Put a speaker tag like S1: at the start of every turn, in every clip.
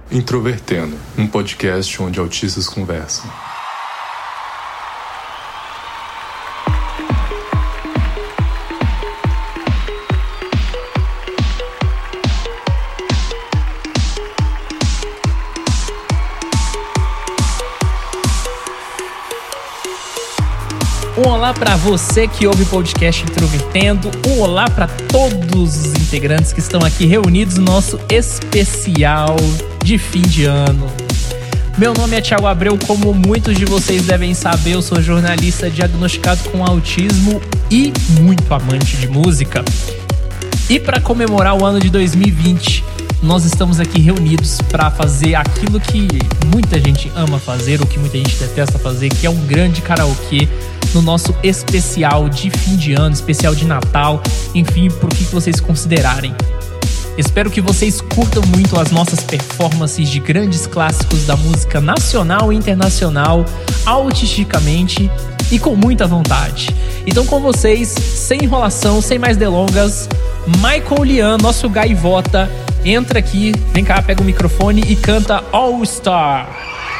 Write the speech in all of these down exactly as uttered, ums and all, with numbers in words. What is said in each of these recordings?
S1: Introvertendo, um podcast onde autistas conversam.
S2: Um olá para você que ouve o podcast Introvertendo, um olá para todos os integrantes que estão aqui reunidos no nosso especial de fim de ano. Meu nome é Thiago Abreu, como muitos de vocês devem saber, eu sou jornalista diagnosticado com autismo e muito amante de música. E para comemorar o ano de dois mil e vinte, nós estamos aqui reunidos para fazer aquilo que muita gente ama fazer, ou que muita gente detesta fazer, que é um grande karaokê no nosso especial de fim de ano, especial de Natal, enfim, por que vocês considerarem. Espero que vocês curtam muito as nossas performances de grandes clássicos da música nacional e internacional, autisticamente e com muita vontade. Então com vocês, sem enrolação, sem mais delongas, Michael Lian, nosso gaivota, entra aqui, vem cá, pega o microfone e canta All Star.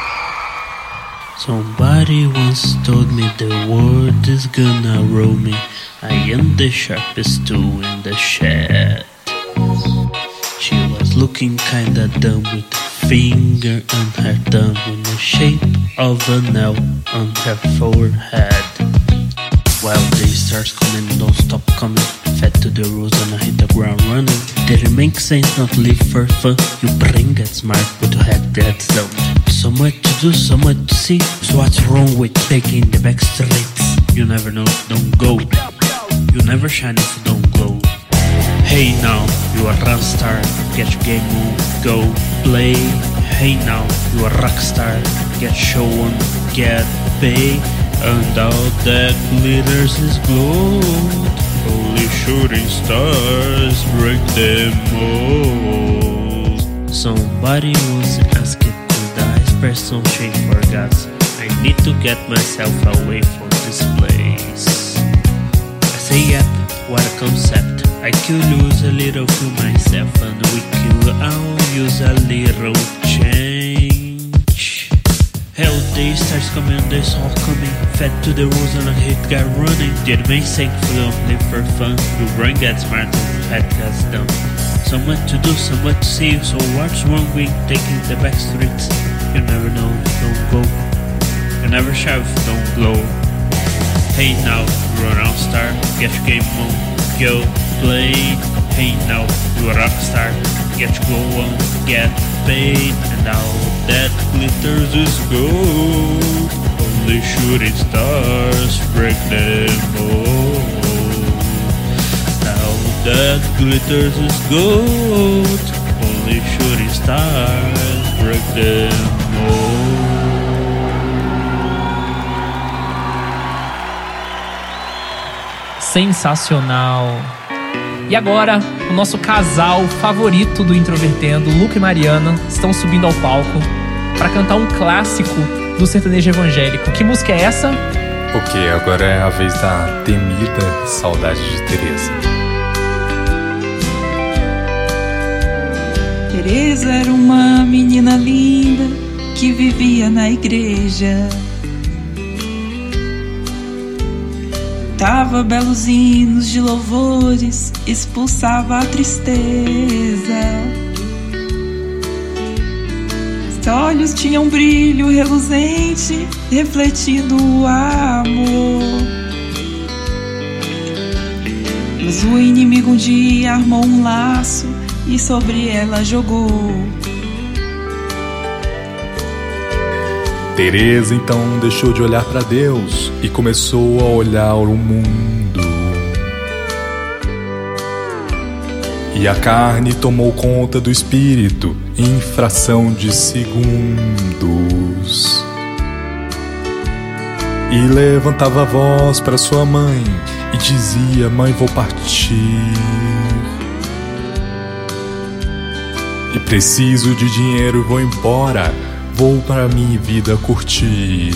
S3: Somebody once told me the world is gonna roll me. I am the sharpest tool in the shed. She was looking kinda dumb with a finger on her thumb in the shape of an L on her forehead. While the stars coming, don't stop coming. Fed to the rules and I hit the ground running. Did it make sense not live for fun? You brain get smart, but your head gets dumb. So much to do, so much to see. So what's wrong with taking the back streets? You never know, don't go. You never shine if you don't glow. Hey now, you are a rock star. Get your game on, go play. Hey now, you are a rock star. Get show on, get paid. And all that glitters is gold. Only shooting stars break them all. Somebody was asking, could I spare some change for gas? I need to get myself away from this place. I say, yep, what a concept. I could lose a little to myself, and we could all use a little change. Hell, the stars coming, they saw coming. Fed to the rules and a hit guy running. Did make sense for them, live for fun. Your brain gets smart, head gets dumb. So much to do, so much to see. So what's wrong with taking the back streets? You never know if you don't go. You never shout if you don't glow. Hey now, you're a rock star. Get your game on, go play. Hey now, you're a rock star. Get your glow on, get paid. And all that glitters is gold. Only shooting stars break them all. All that glitters is gold. Only shooting stars break them all.
S2: Sensacional! E agora, o nosso casal favorito do Introvertendo, Luca e Mariana, estão subindo ao palco para cantar um clássico do sertanejo evangélico. Que música é essa?
S1: Ok, agora é a vez da temida Saudade de Teresa.
S4: Teresa era uma menina linda que vivia na igreja. Cantava belos hinos de louvores, expulsava a tristeza. Os olhos tinham um brilho reluzente, refletindo o amor. Mas o inimigo um dia armou um laço e sobre ela jogou.
S1: Teresa então deixou de olhar para Deus e começou a olhar o mundo. E a carne tomou conta do espírito em fração de segundos. E levantava a voz para sua mãe e dizia: mãe, vou partir. E preciso de dinheiro, vou embora. Vou para minha vida curtir.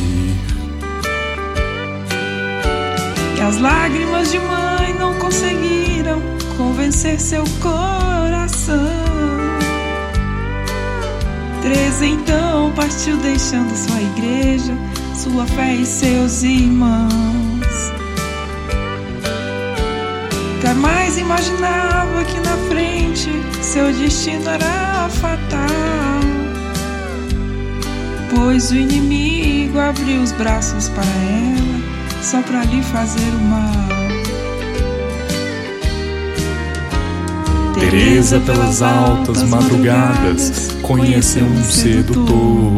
S4: E as lágrimas de mãe não conseguiram convencer seu coração. Teresa então partiu deixando sua igreja, sua fé e seus irmãos. Jamais imaginava que na frente seu destino era fatal, pois o inimigo abriu os braços para ela só para lhe fazer o mal.
S1: Teresa pelas altas madrugadas conheceu um sedutor,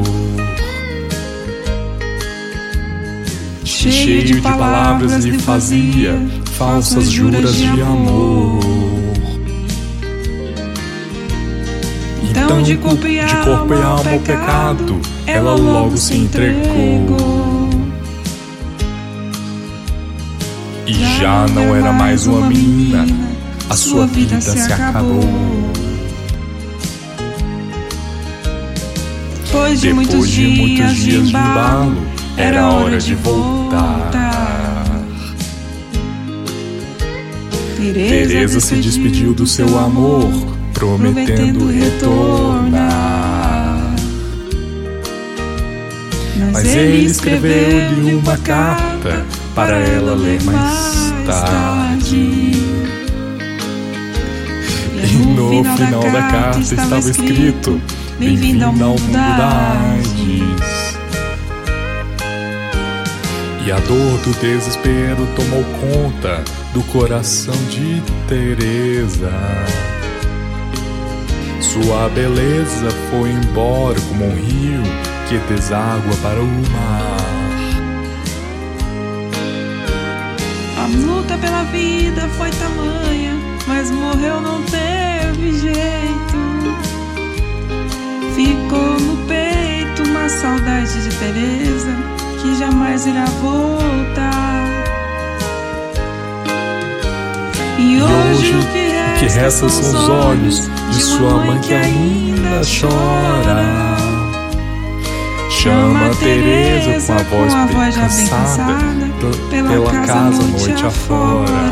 S1: cheio de palavras lhe fazia falsas juras de amor.
S4: Então de corpo e alma ao pecado ela logo se entregou,
S1: e já não era mais uma menina, a sua vida se acabou.
S4: Depois de muitos dias de embalo, era hora de voltar.
S1: Teresa se despediu do seu amor, prometendo retornar. Mas ele escreveu-lhe uma carta para ela ler mais tarde.
S4: E no final da carta estava escrito: bem-vindo ao mundo da Hades.
S1: E a dor do desespero tomou conta do coração de Teresa. Sua beleza foi embora como um rio que deságua para o mar.
S4: A luta pela vida foi tamanha, mas morreu não teve jeito. Ficou no peito uma saudade de Teresa que jamais irá voltar. E hoje o que resta,
S1: que resta são os olhos de sua mãe que ainda chora. Chama Teresa com a voz,
S4: com a voz já bem
S1: cansada,
S4: cansada
S1: pela, pela casa, casa noite afora.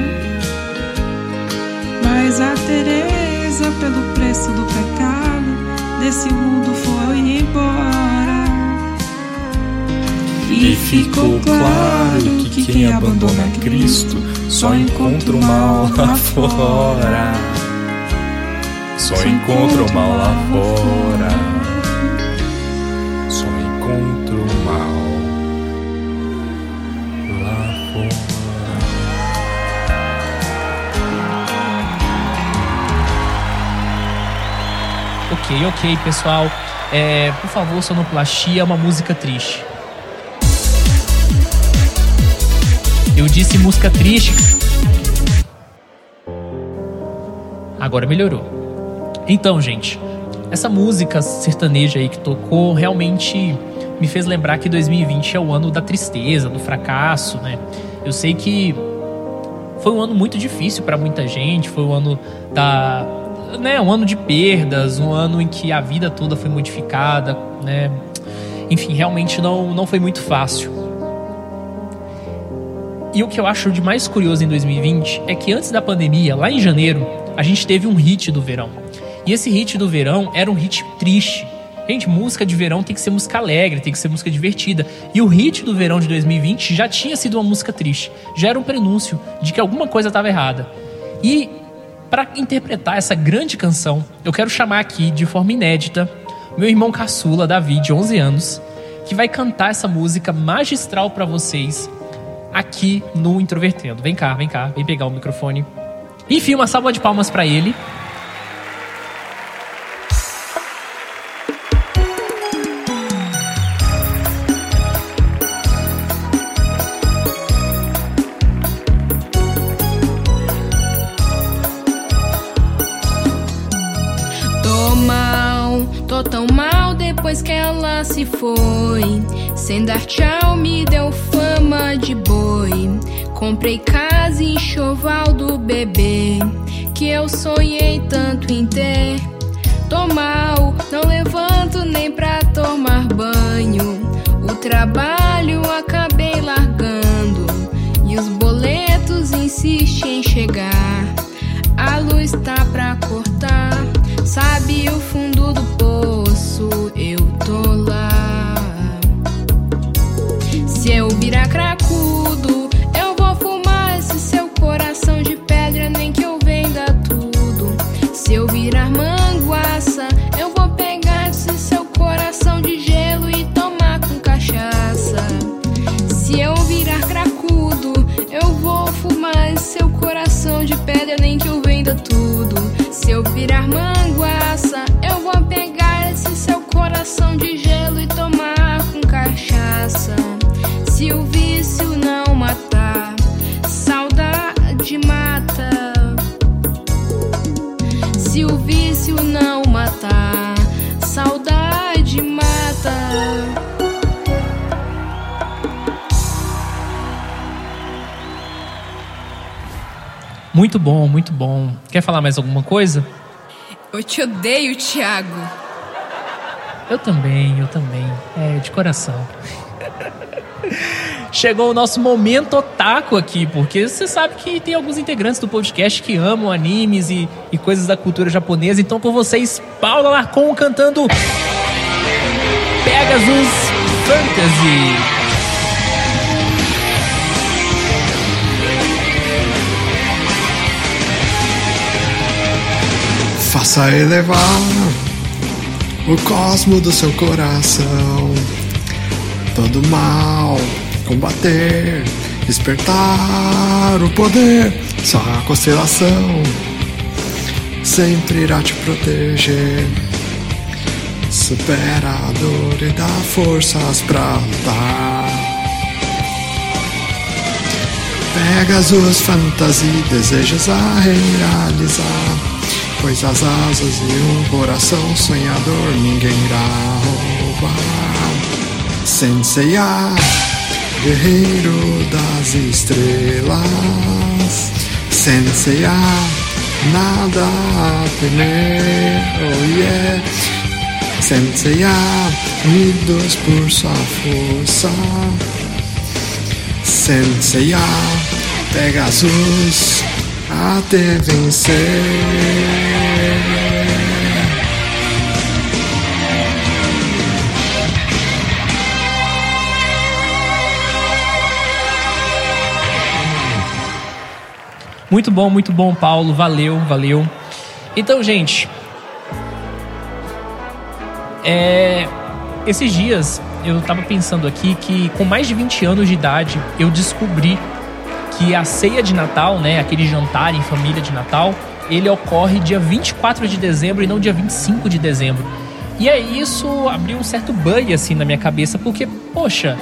S4: Mas a Teresa, pelo preço do pecado, desse mundo foi embora.
S1: E ficou claro que quem abandona Cristo só encontra o mal lá fora. Só encontra o mal lá fora. Só encontra o mal lá fora.
S2: Ok, ok, pessoal. É, por favor, sonoplastia é uma música triste. Eu disse música triste. Agora melhorou. Então, gente, essa música sertaneja aí que tocou realmente me fez lembrar que dois mil e vinte é o ano da tristeza, do fracasso, né? Eu sei que foi um ano muito difícil para muita gente, foi um ano da, né, um ano de perdas, um ano em que a vida toda foi modificada, né? Enfim, realmente não, não foi muito fácil. E o que eu acho de mais curioso em dois mil e vinte é que antes da pandemia, lá em janeiro, a gente teve um hit do verão. E esse hit do verão era um hit triste. Gente, música de verão tem que ser música alegre, tem que ser música divertida. E o hit do verão de dois mil e vinte já tinha sido uma música triste. Já era um prenúncio de que alguma coisa estava errada. E para interpretar essa grande canção, eu quero chamar aqui, de forma inédita, meu irmão caçula, Davi, de onze anos, que vai cantar essa música magistral para vocês aqui no Introvertendo. Vem cá, vem cá, vem pegar o microfone. Enfim, uma salva de palmas pra ele.
S5: Tô mal, tô tão mal depois que ela se foi. Sem dar tchau me deu fama de boi. Comprei casa e enxoval do bebê que eu sonhei tanto em ter. Tô mal, não levanto nem pra tomar banho. O trabalho acabei largando e os boletos insistem em chegar. A luz tá pra cortar, sabe o fundo do poço.
S2: Muito bom, muito bom. Quer falar mais alguma coisa?
S5: Eu te odeio, Thiago.
S2: Eu também, eu também. É, de coração. Chegou o nosso momento otaku aqui, porque você sabe que tem alguns integrantes do podcast que amam animes e, e coisas da cultura japonesa. Então com vocês, Paula Larcon cantando Pegasus Fantasy.
S6: Faça elevar o cosmo do seu coração, todo mal combater, despertar o poder. Sua constelação sempre irá te proteger. Supera a dor e dá forças pra lutar. Pegasus Fantasy, desejos a realizar, pois as asas e um coração sonhador ninguém irá roubar. Senseiya, guerreiro das estrelas. Senseiya, nada a temer, oh yeah. Senseiya, unidos por sua força. Senseiya, Pegasus, até vencer.
S2: Muito bom, muito bom, Paulo. Valeu, valeu. Então, gente, é, esses dias eu tava pensando aqui que com mais de vinte anos de idade eu descobri que a ceia de Natal, né, aquele jantar em família de Natal, ele ocorre dia vinte e quatro de dezembro e não dia vinte e cinco de dezembro. E aí isso abriu um certo bug assim na minha cabeça, porque, poxa,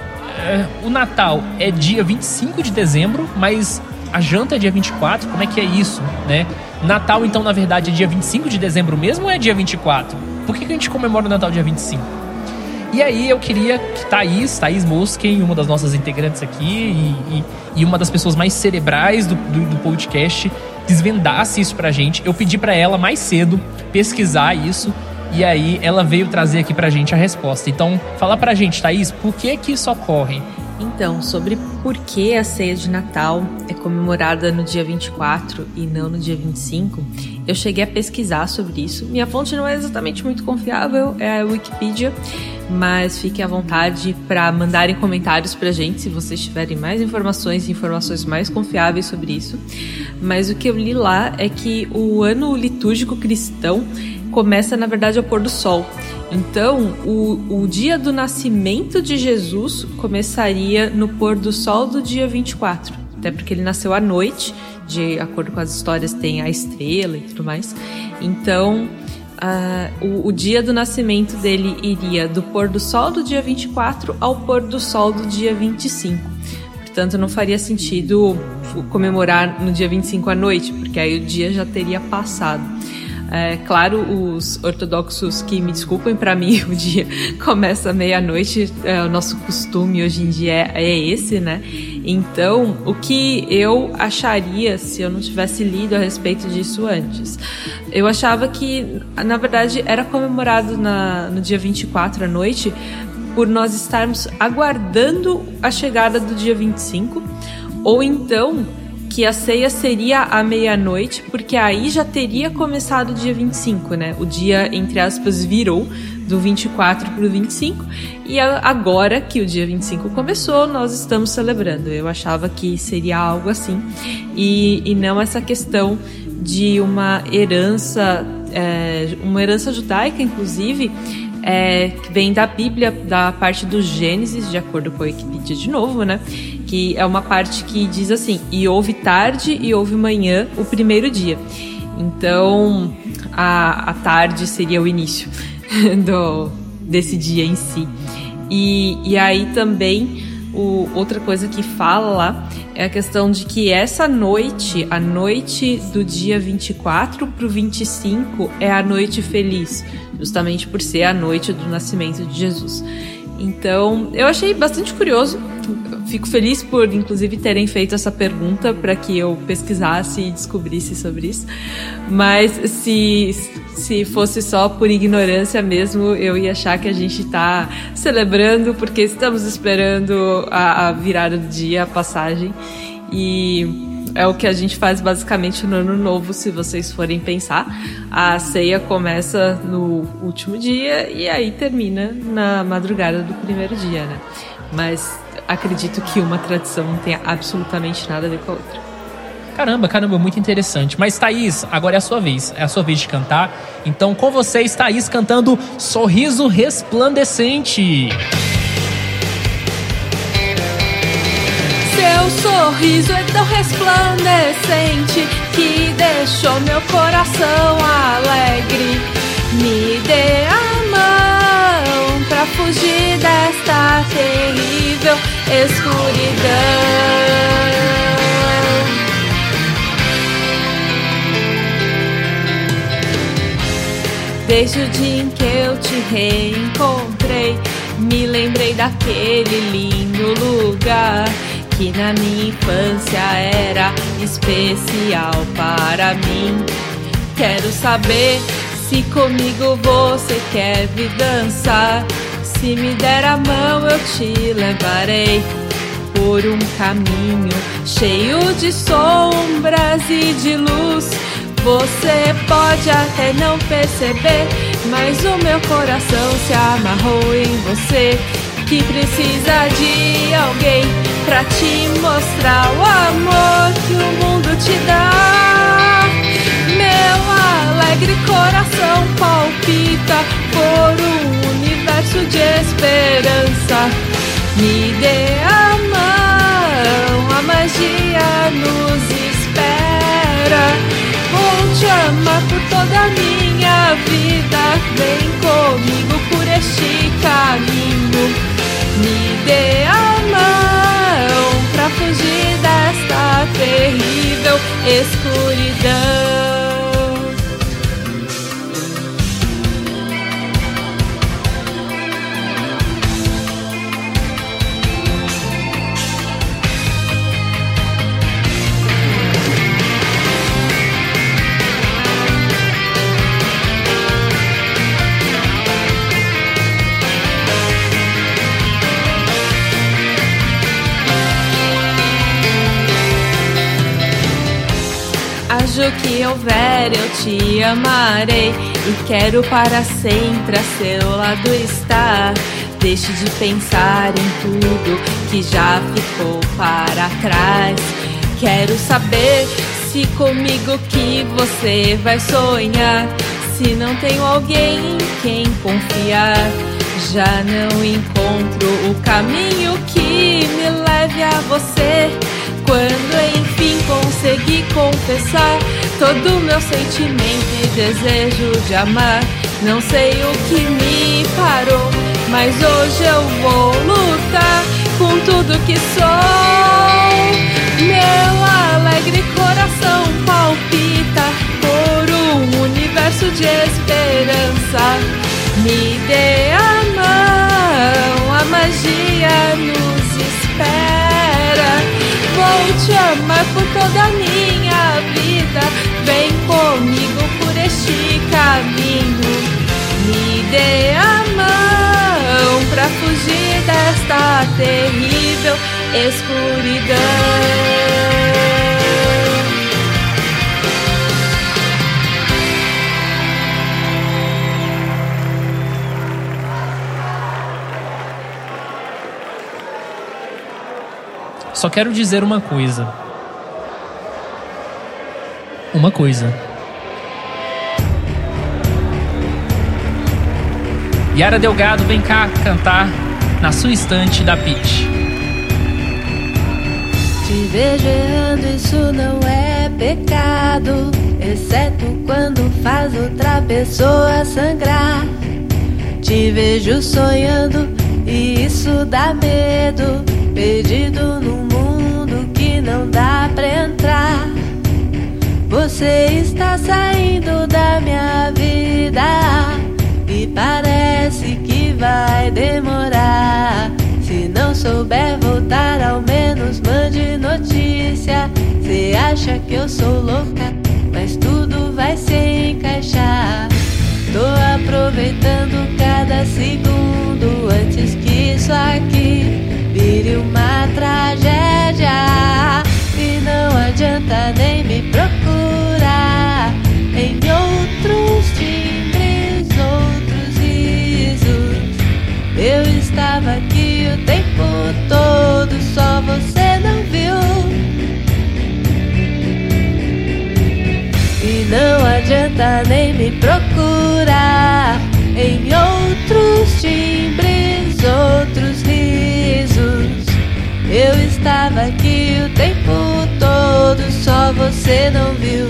S2: é, o Natal é dia vinte e cinco de dezembro, mas a janta é dia vinte e quatro, como é que é isso, né? Natal, então, na verdade, é dia vinte e cinco de dezembro mesmo ou é dia vinte e quatro? Por que que a gente comemora o Natal dia vinte e cinco? E aí eu queria que Thaís, Thaís Mosken, uma das nossas integrantes aqui e, e, e uma das pessoas mais cerebrais do, do, do podcast, desvendasse isso pra gente. Eu pedi pra ela mais cedo pesquisar isso e aí ela veio trazer aqui pra gente a resposta. Então, fala pra gente, Thaís, por que que isso ocorre?
S7: Então, sobre por que a ceia de Natal é comemorada no dia vinte e quatro e não no dia vinte e cinco, eu cheguei a pesquisar sobre isso. Minha fonte não é exatamente muito confiável, é a Wikipedia, mas fiquem à vontade para mandarem comentários pra gente se vocês tiverem mais informações e informações mais confiáveis sobre isso. Mas o que eu li lá é que o ano litúrgico cristão começa, na verdade, ao pôr do sol. Então, o, o dia do nascimento de Jesus começaria no pôr do sol do dia vinte e quatro. Até porque ele nasceu à noite, de acordo com as histórias, tem a estrela e tudo mais. Então, uh, o, o dia do nascimento dele iria do pôr do sol do dia vinte e quatro ao pôr do sol do dia vinte e cinco. Portanto, não faria sentido comemorar no dia vinte e cinco à noite, porque aí o dia já teria passado. É, claro, os ortodoxos que me desculpem, para mim o dia começa meia-noite, é, o nosso costume hoje em dia é, é esse, né? Então, o que eu acharia se eu não tivesse lido a respeito disso antes? Eu achava que, na verdade, era comemorado na, no dia vinte e quatro à noite por nós estarmos aguardando a chegada do dia vinte e cinco, ou então que a ceia seria à meia-noite, porque aí já teria começado o dia vinte e cinco, né? O dia, entre aspas, virou do vinte e quatro para o vinte e cinco, e agora que o dia vinte e cinco começou, nós estamos celebrando. Eu achava que seria algo assim, e, e não essa questão de uma herança, é, uma herança judaica, inclusive, É, que vem da Bíblia, da parte do Gênesis, de acordo com a Wikipedia de novo, né? Que é uma parte que diz assim: e houve tarde e houve manhã o primeiro dia. Então, a, a tarde seria o início do, desse dia em si. E, e aí também, o, outra coisa que fala lá é a questão de que essa noite, a noite do dia vinte e quatro para o vinte e cinco, é a noite feliz, justamente por ser a noite do nascimento de Jesus. Então, eu achei bastante curioso fico feliz por, inclusive, terem feito essa pergunta para que eu pesquisasse e descobrisse sobre isso. Mas se, se fosse só por ignorância mesmo, eu ia achar que a gente está celebrando porque estamos esperando a, a virada do dia, a passagem. E é o que a gente faz basicamente no Ano Novo, se vocês forem pensar. A ceia começa no último dia e aí termina na madrugada do primeiro dia, né? Mas acredito que uma tradição não tenha absolutamente nada a ver com a outra.
S2: Caramba, caramba, muito interessante. Mas Thaís, agora é a sua vez. É a sua vez de cantar. Então com vocês, Thaís, cantando Sorriso Resplandecente.
S5: Seu sorriso é tão resplandecente que deixou meu coração alegre. Me dê a mão pra fugir desta terrível escuridão. Desde o dia em que eu te reencontrei, me lembrei daquele lindo lugar que na minha infância era especial para mim. Quero saber se comigo você quer vir dançar. Se me der a mão eu te levarei por um caminho cheio de sombras e de luz. Você pode até não perceber, mas o meu coração se amarrou em você, que precisa de alguém pra te mostrar o amor que o mundo te dá. Meu alegre coração palpita por um universo de esperança. Me dê a mão, a magia nos espera. Vou te amar por toda a minha vida. Vem comigo por este caminho. Me dê a mão pra fugir desta terrível escuridão. O que houver eu te amarei e quero para sempre a seu lado estar. Deixe de pensar em tudo que já ficou para trás. Quero saber se comigo que você vai sonhar. Se não tenho alguém em quem confiar, já não encontro o caminho que me leve a você. Quando enfim consegui confessar todo o meu sentimento e desejo de amar, não sei o que me parou, mas hoje eu vou lutar com tudo que sou. Meu alegre coração palpita por um universo de esperança. Me dê a mão, a magia nos espera. Vou te amar por toda a minha vida. Vem comigo por este caminho. Me dê a mão pra fugir desta terrível escuridão.
S2: Só quero dizer uma coisa. Uma coisa. Yara Delgado, vem cá cantar Na Sua Estante da Pitty.
S8: Te vejo errando, isso não é pecado, exceto quando faz outra pessoa sangrar. Te vejo sonhando e isso dá medo, perdido num mundo que não dá pra entrar. Você está saindo da minha vida e parece que vai demorar. Se não souber voltar menos mande notícia. Cê acha que eu sou louca, mas tudo vai se encaixar. Tô aproveitando cada segundo antes que isso aqui vire uma tragédia. E não adianta nem me procurar em outros timbres, outros risos. Eu estava aqui o tempo todo, só você não viu. E não adianta nem me procurar em outros timbres, outros risos. Eu estava aqui o tempo todo, só você não viu.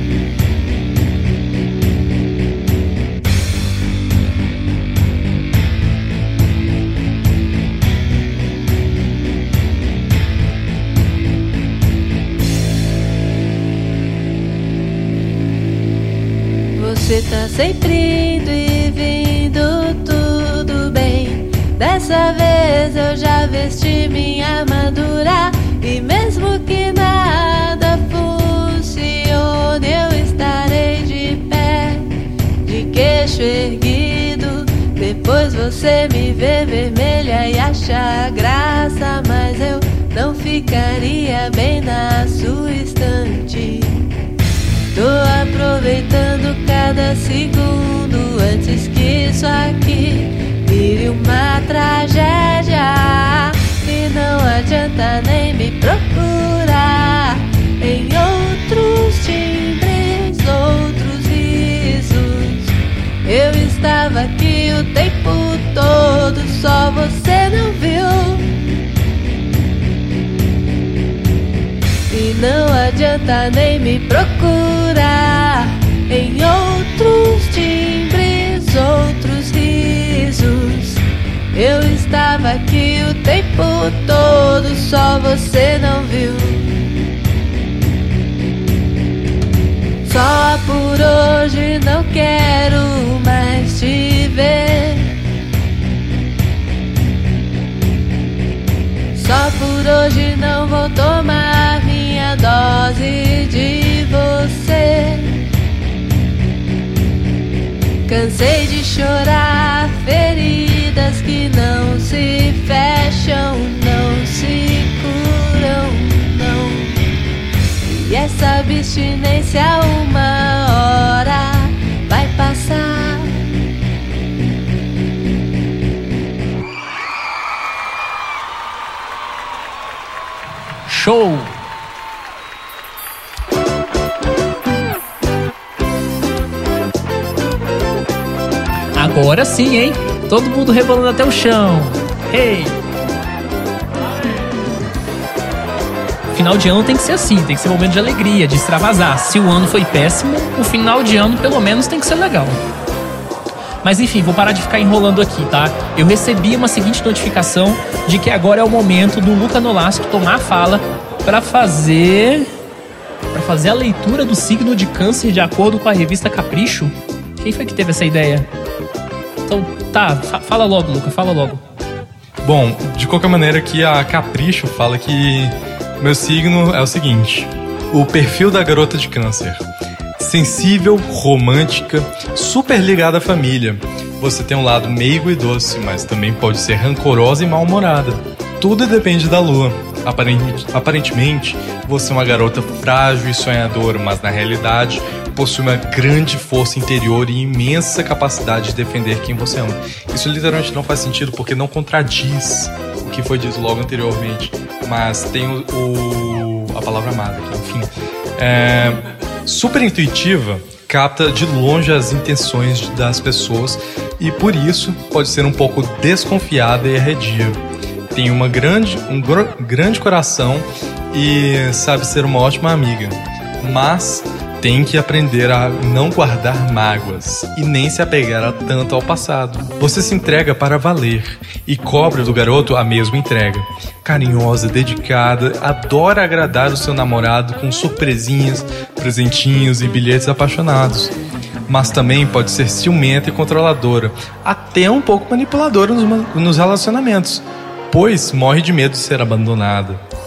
S8: Você tá sempre indo e vindo, tudo bem. Dessa vez eu já vesti minha armadura. E mesmo que nada funcione, eu estarei de pé, de queixo erguido. Depois você me vê vermelha e achar graça, mas eu não ficaria bem na sua estante. Tô aproveitando cada segundo antes que isso aqui vire uma tragédia. E não adianta nem me procurar em outros timbres, outros risos. Eu estava aqui o tempo todo, só você não viu. E não adianta nem me procurar em outros timbres, outros risos. Eu estava aqui o tempo todo, só você não viu. Só por hoje não quero mais te ver. Só por hoje não vou tomar minha dose de você. Cansei de chorar feridas que não se fecham, não se curam, não. E essa abstinência uma hora vai passar.
S2: Show! Agora sim, hein? Todo mundo rebolando até o chão. Hey! Final de ano tem que ser assim, tem que ser um momento de alegria, de extravasar. Se o ano foi péssimo, o final de ano pelo menos tem que ser legal. Mas enfim, vou parar de ficar enrolando aqui, tá? Eu recebi uma seguinte notificação de que agora é o momento do Luca Nolasco tomar a fala para fazer... para fazer a leitura do signo de Câncer de acordo com a revista Capricho. Quem foi que teve essa ideia? Então, tá, fa- fala logo, Luca, fala logo.
S1: Bom, de qualquer maneira aqui a Capricho fala que meu signo é o seguinte: o perfil da garota de Câncer. Sensível, romântica, super ligada à família. Você tem um lado meigo e doce, mas também pode ser rancorosa e mal-humorada. Tudo depende da lua. Aparentemente, aparentemente, você é uma garota frágil e sonhadora, mas na realidade possui uma grande força interior e imensa capacidade de defender quem você ama. Isso literalmente não faz sentido porque não contradiz o que foi dito logo anteriormente, mas tem o, o, a palavra amada aqui, enfim. É... super intuitiva, capta de longe as intenções das pessoas e por isso pode ser um pouco desconfiada e arredia. Tem uma grande, um gr- grande coração e sabe ser uma ótima amiga, mas tem que aprender a não guardar mágoas e nem se apegar a tanto ao passado. Você se entrega para valer e cobra do garoto a mesma entrega. Carinhosa, dedicada, adora agradar o seu namorado com surpresinhas, presentinhos e bilhetes apaixonados. Mas também pode ser ciumenta e controladora, até um pouco manipuladora nos, nos relacionamentos, pois morre de medo de ser abandonada.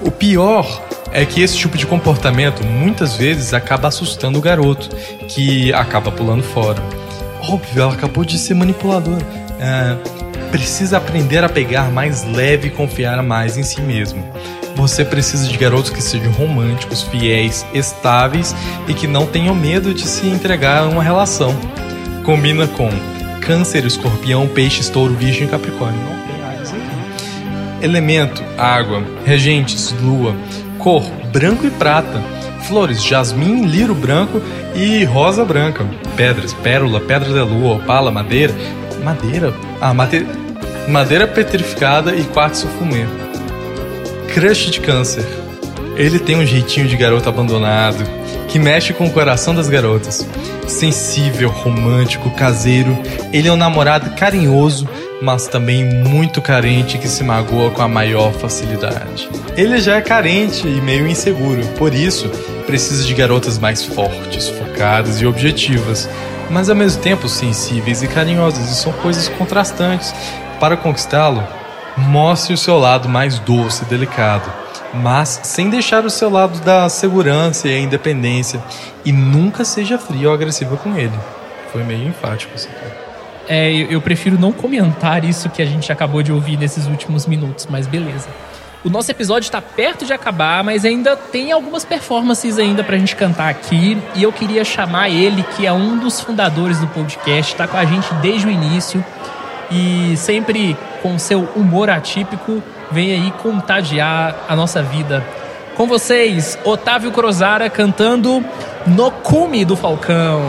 S1: O pior é que esse tipo de comportamento muitas vezes acaba assustando o garoto, que acaba pulando fora. Óbvio, ela acabou de ser manipuladora. É, precisa aprender a pegar mais leve e confiar mais em si mesmo. Você precisa de garotos que sejam românticos, fiéis, estáveis e que não tenham medo de se entregar a uma relação. Combina com Câncer, Escorpião, Peixes, Touro, Virgem e Capricórnio. Não tem Áries aqui. Elemento, água. Regentes, lua. Cor, branco e prata. Flores, jasmim, lírio branco e rosa branca. Pedras, pérola, pedra da lua, opala, madeira. Madeira? Ah, mate... madeira petrificada e quartzo fumê. Crush de Câncer. Ele tem um jeitinho de garoto abandonado, que mexe com o coração das garotas. Sensível, romântico, caseiro. Ele é um namorado carinhoso, mas também muito carente, que se magoa com a maior facilidade. Ele já é carente e meio inseguro, por isso precisa de garotas mais fortes, focadas e objetivas, mas ao mesmo tempo sensíveis e carinhosas, e são coisas contrastantes. Para conquistá-lo, mostre o seu lado mais doce e delicado, mas sem deixar o seu lado da segurança e a independência, e nunca seja frio ou agressiva com ele. Foi meio enfático isso aqui.
S2: É, eu prefiro não comentar isso que a gente acabou de ouvir nesses últimos minutos, mas beleza. O nosso episódio está perto de acabar, mas ainda tem algumas performances ainda pra gente cantar aqui, e eu queria chamar ele, que é um dos fundadores do podcast, tá com a gente desde o início, e sempre com seu humor atípico, vem aí contagiar a nossa vida. Com vocês, Otávio Crozara cantando No Cume do Falcão.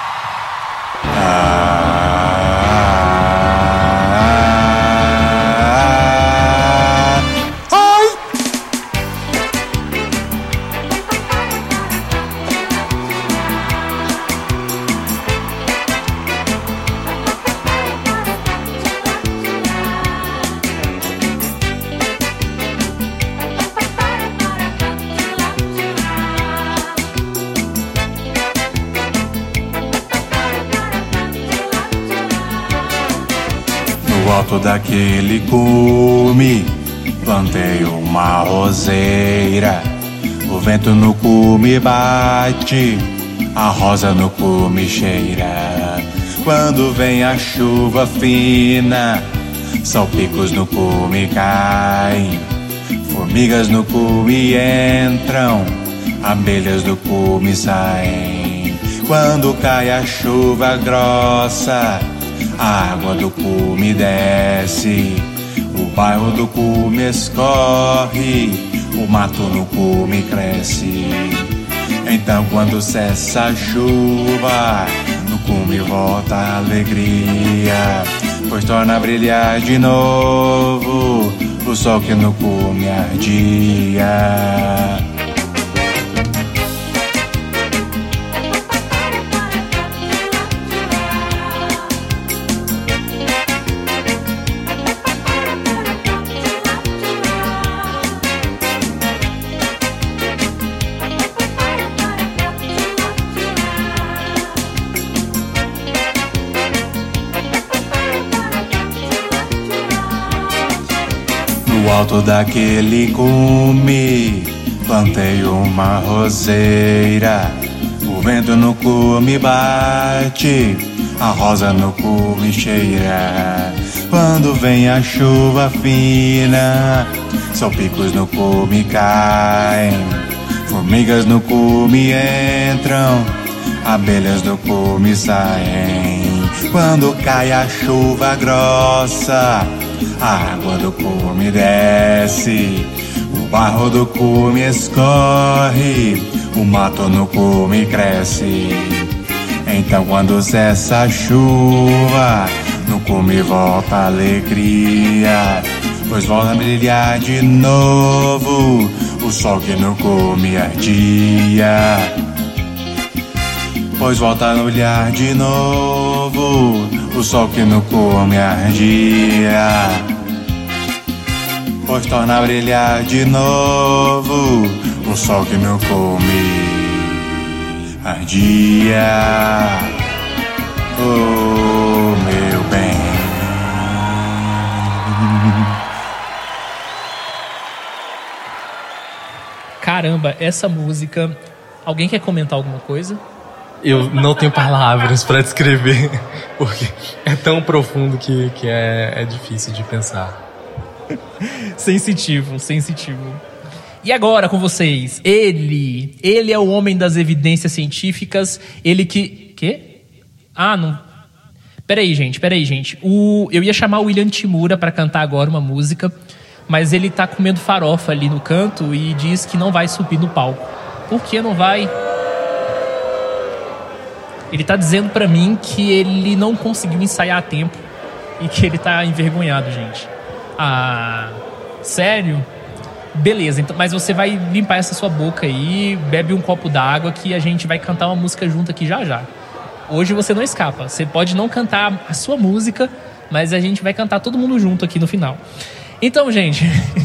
S9: No alto daquele cume, plantei uma roseira. O vento no cume bate, a rosa no cume cheira. Quando vem a chuva fina, salpicos no cume caem. Formigas no cume entram, abelhas do cume saem. Quando cai a chuva grossa, a água do cume desce, o bairro do cume escorre, o mato no cume cresce. Então quando cessa a chuva, no cume volta a alegria, pois torna a brilhar de novo o sol que no cume ardia. No alto daquele cume, plantei uma roseira. O vento no cume bate, a rosa no cume cheira. Quando vem a chuva fina, salpicos no cume caem. Formigas no cume entram, abelhas do cume saem. Quando cai a chuva grossa, a água do cume desce, o barro do cume escorre, o mato no cume cresce. Então quando cessa a chuva, no cume volta a alegria, pois volta a brilhar de novo o sol que no cume ardia. Pois volta a brilhar de novo o sol que no cume ardia, pois torna a brilhar de novo o sol que no cume ardia. Oh, meu bem.
S2: Caramba, essa música... Alguém quer comentar alguma coisa?
S1: Eu não tenho palavras para descrever, porque é tão profundo que, que é, é difícil de pensar.
S2: Sensitivo, sensitivo. E agora com vocês, ele, ele é o homem das evidências científicas, ele que... Quê? Ah, não... Peraí, gente, peraí, gente. O, eu ia chamar o William Timura pra cantar agora uma música, mas ele tá comendo farofa ali no canto e diz que não vai subir no palco. Por que não vai? Ele tá dizendo pra mim que ele não conseguiu ensaiar a tempo e que ele tá envergonhado, gente. Ah, sério? Beleza, então, mas você vai limpar essa sua boca aí, bebe um copo d'água que a gente vai cantar uma música junto aqui já já. Hoje você não escapa, você pode não cantar a sua música, mas a gente vai cantar todo mundo junto aqui no final. Então, gente...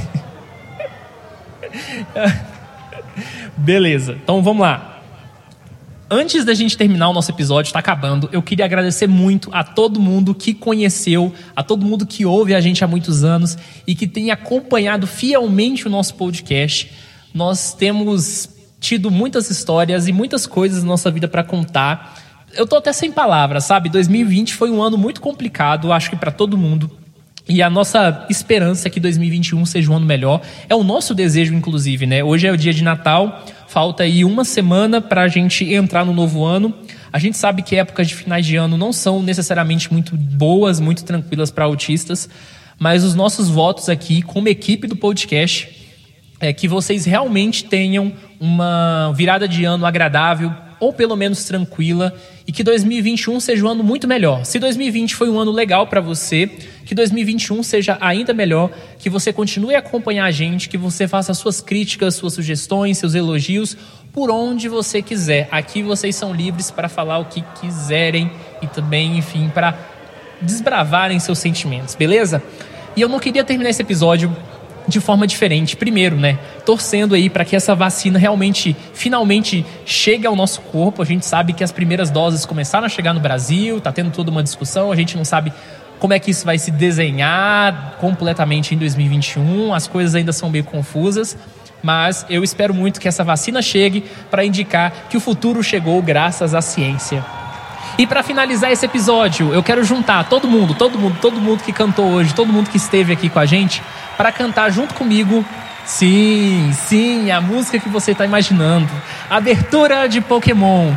S2: Beleza, então vamos lá. Antes da gente terminar o nosso episódio, tá acabando, eu queria agradecer muito a todo mundo que conheceu, a todo mundo que ouve a gente há muitos anos e que tem acompanhado fielmente o nosso podcast. Nós temos tido muitas histórias e muitas coisas na nossa vida para contar. Eu tô até sem palavras, sabe? dois mil e vinte foi um ano muito complicado, acho que para todo mundo. E a nossa esperança é que dois mil e vinte e um seja um ano melhor. É o nosso desejo, inclusive, né? Hoje é o dia de Natal, falta aí uma semana pra gente entrar no novo ano. A gente sabe que épocas de finais de ano não são necessariamente muito boas, muito tranquilas para autistas, mas os nossos votos aqui, como equipe do podcast, é que vocês realmente tenham uma virada de ano agradável, ou pelo menos tranquila, e que dois mil e vinte e um seja um ano muito melhor. Se dois mil e vinte foi um ano legal para você, que dois mil e vinte e um seja ainda melhor, que você continue a acompanhar a gente, que você faça suas críticas, suas sugestões, seus elogios, por onde você quiser. Aqui vocês são livres para falar o que quiserem e também, enfim, para desbravarem seus sentimentos, beleza? E eu não queria terminar esse episódio de forma diferente. Primeiro, né, torcendo aí para que essa vacina realmente, finalmente chegue ao nosso corpo. A gente sabe que as primeiras doses começaram a chegar no Brasil, tá tendo toda uma discussão, a gente não sabe como é que isso vai se desenhar completamente em dois mil e vinte e um, as coisas ainda são meio confusas, mas eu espero muito que essa vacina chegue para indicar que o futuro chegou graças à ciência. E para finalizar esse episódio, eu quero juntar todo mundo, todo mundo, todo mundo que cantou hoje, todo mundo que esteve aqui com a gente, para cantar junto comigo, sim, sim, a música que você está imaginando, abertura de Pokémon.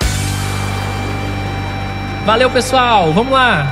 S2: Valeu, pessoal, vamos lá!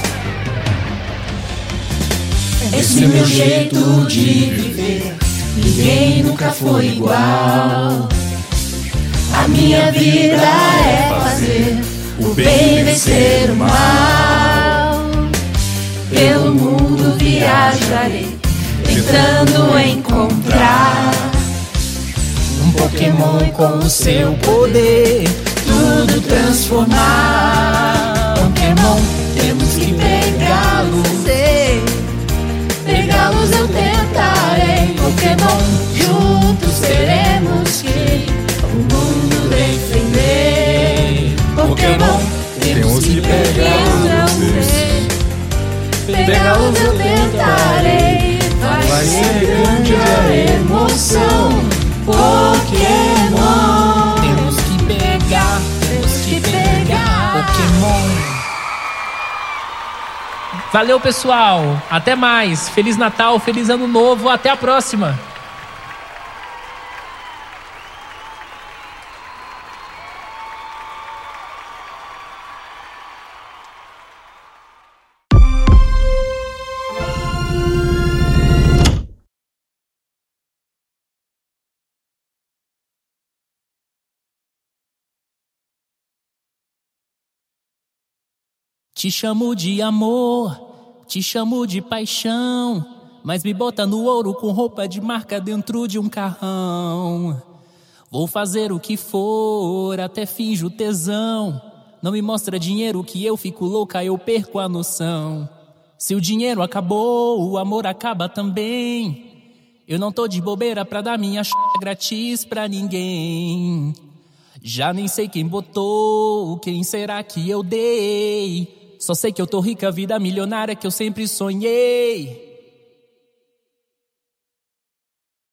S10: Esse é meu jeito de viver, ninguém nunca foi igual. A minha vida é fazer o bem vencer o mal. Pelo mundo viajarei, tentando encontrar um Pokémon com o seu poder, tudo transformar. Pokémon, temos que pegá-los, pegá-los eu tentarei. Pokémon, juntos seremos que o mundo defender. Pokémon, temos que pegá-los, pegá-los eu tentarei. Vai ser grande a emoção. Pokémon, temos que pegar, temos que pegar Pokémon.
S2: Valeu, pessoal, até mais, Feliz Natal, Feliz Ano Novo, até a próxima.
S11: Te chamo de amor, te chamo de paixão, mas me bota no ouro com roupa de marca dentro de um carrão. Vou fazer o que for, até finjo tesão. Não me mostra dinheiro que eu fico louca, eu perco a noção. Se o dinheiro acabou, o amor acaba também. Eu não tô de bobeira pra dar minha ch... grátis pra ninguém. Já nem sei quem botou, quem será que eu dei. Só sei que eu tô rica, vida milionária que eu sempre sonhei.